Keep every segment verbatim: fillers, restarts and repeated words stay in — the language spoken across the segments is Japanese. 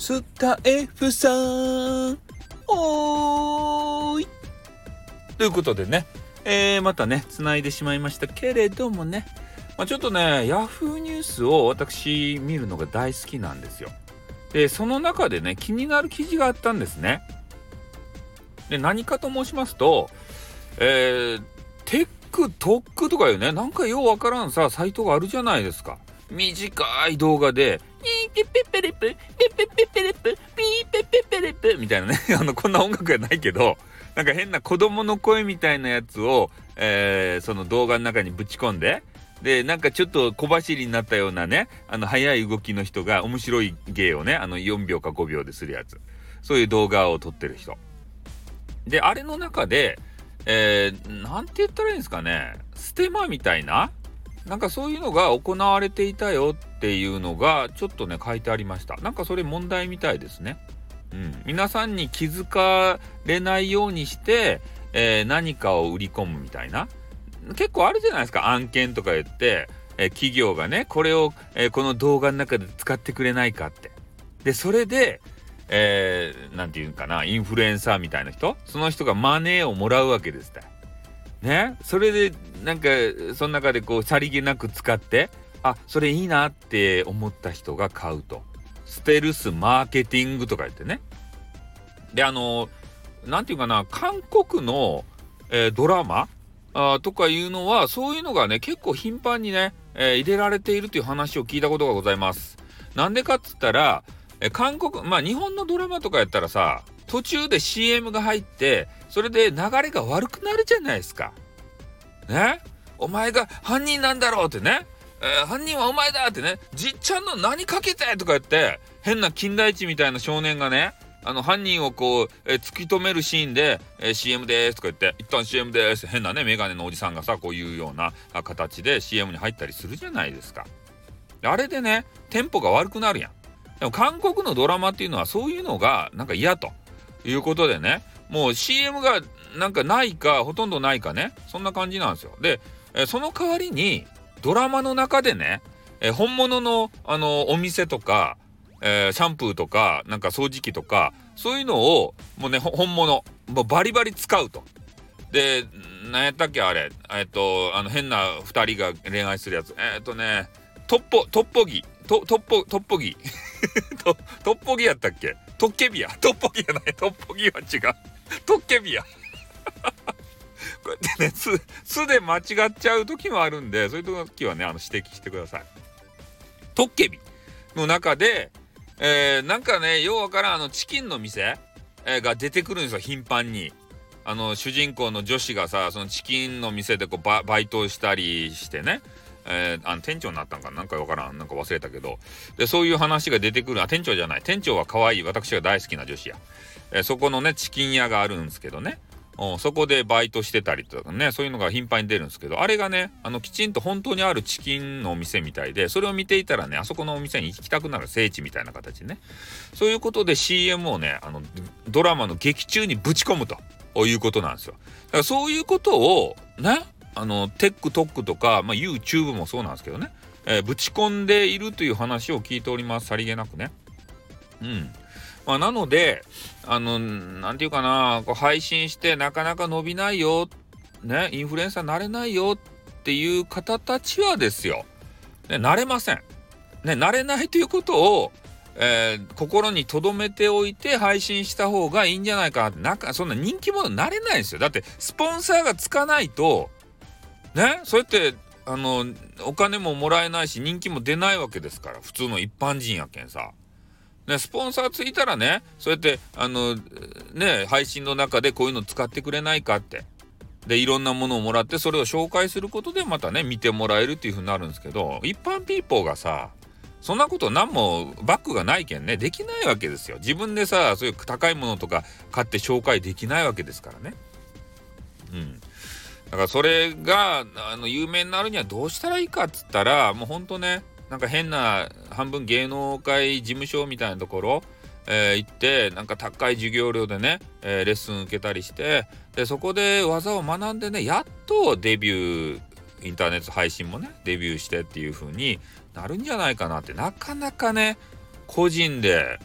スタイフさんおーいということでね、えー、またね繋いでしまいましたけれどもね、まあ、ちょっとねヤフーニュースを私見るのが大好きなんですよ。でその中でね気になる記事があったんですね。で何かと申しますと、えー、テックトックとかいうねなんかようわからんさサイトがあるじゃないですか。短い動画でピーペペペレプペペペペレプピーペペペレプみたいなねあのこんな音楽やないけどなんか変な子供の声みたいなやつを、えー、その動画の中にぶち込んででなんかちょっと小走りになったようなねあの速い動きの人が面白い芸をねあのよんびょうかごびょうでするやつ、そういう動画を撮ってる人で、あれの中で、えー、なんて言ったらいいんですかね、ステマみたいななんかそういうのが行われていたよっていうのがちょっとね書いてありました。なんかそれ問題みたいですね。うん、皆さんに気づかれないようにして、えー、何かを売り込むみたいな結構あるじゃないですか。案件とか言って、えー、企業がねこれを、えー、この動画の中で使ってくれないかってでそれでえー、なんていうかなインフルエンサーみたいな人その人がマネーをもらうわけですね。それでなんかその中でこうさりげなく使ってあそれいいなって思った人が買うとステルスマーケティングとか言ってね。であのなんていうかな韓国の、えー、ドラマあとかいうのはそういうのがね結構頻繁にね、えー、入れられているという話を聞いたことがございます。なんでかっつったらえ韓国まあ日本のドラマとかやったらさ途中で シーエム が入ってそれで流れが悪くなるじゃないですか。ねお前が犯人なんだろうってね、えー、犯人はお前だってねじっちゃんの何かけてとか言って変な金田一みたいな少年がねあの犯人をこう、えー、突き止めるシーンで、えー、シーエム ですとか言って一旦 シーエム です変なねメガネのおじさんがさこういうような形で シーエム に入ったりするじゃないですか。あれでねテンポが悪くなるやん。でも韓国のドラマっていうのはそういうのがなんか嫌ということでねもう シーエム がなんかないかほとんどないかねそんな感じなんですよ。で、えその代わりにドラマの中でね、え本物のあのお店とか、えー、シャンプーとかなんか掃除機とかそういうのをもうね本物もうバリバリ使うと。で何やったっけあれえっとあの変なふたりが恋愛するやつえー、っとねトッポトッポギトトッポトッポギトトッポギやったっけトッケビやトッポギやないトッポギは違うトッケビやこうやってねすすで間違っちゃう時もあるんでそういう時はねあの指摘してください。トッケビの中で、えー、なんかねようわからんあのチキンの店、えー、が出てくるんですよ頻繁に。あの主人公の女子がさそのチキンの店でこう バ, バイトしたりしてねえー、あの店長になったんかななんかわからんなんか忘れたけどでそういう話が出てくる。あ店長じゃない店長は可愛い私が大好きな女子や、えー、そこのねチキン屋があるんですけどねそこでバイトしてたりとかねそういうのが頻繁に出るんですけどあれがねあのきちんと本当にあるチキンのお店みたいでそれを見ていたらねあそこのお店に行きたくなる聖地みたいな形でねそういうことで シーエム をねあのドラマの劇中にぶち込むということなんですよ。だからそういうことをねあのテックトックとか、まあ、YouTube もそうなんですけどね、えー、ぶち込んでいるという話を聞いております。さりげなくね。うんまあ、なのであのなんていうかなこう配信してなかなか伸びないよねインフルエンサーなれないよっていう方たちはですよ、ね、なれません、ね、なれないということをえー、心に留めておいて配信した方がいいんじゃないかなって。なんかそんな人気者になれないんですよ。だってスポンサーがつかないとねそうやってあのお金ももらえないし人気も出ないわけですから普通の一般人やけんさ、ね、スポンサーついたらねそうやってあのね配信の中でこういうの使ってくれないかってでいろんなものをもらってそれを紹介することでまたね見てもらえるっていう風になるんですけど一般ピーポーがさそんなこと何もバックがないけんねできないわけですよ。自分でさそういう高いものとか買って紹介できないわけですからね。うんだからそれがあの有名になるにはどうしたらいいかっつったらもうほんとねなんか変な半分芸能界事務所みたいなところ、えー、行ってなんか高い授業料でね、えー、レッスン受けたりしてでそこで技を学んでねやっとデビューインターネット配信もねデビューしてっていう風になるんじゃないかなって。なかなかね個人で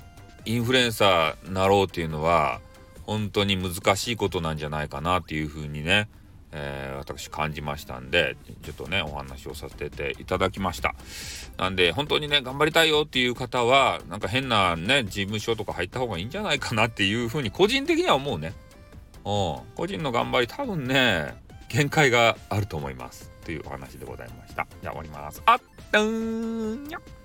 インフルエンサーなろうっていうのは本当に難しいことなんじゃないかなっていうふうにね、えー、私感じましたんで、ちょっとねお話をさせていただきました。なんで本当にね頑張りたいよっていう方はなんか変なね事務所とか入った方がいいんじゃないかなっていうふうに個人的には思うね。うん、個人の頑張り多分ね限界があると思いますというお話でございました。じゃあ終わります。あっ、うーんにゃ。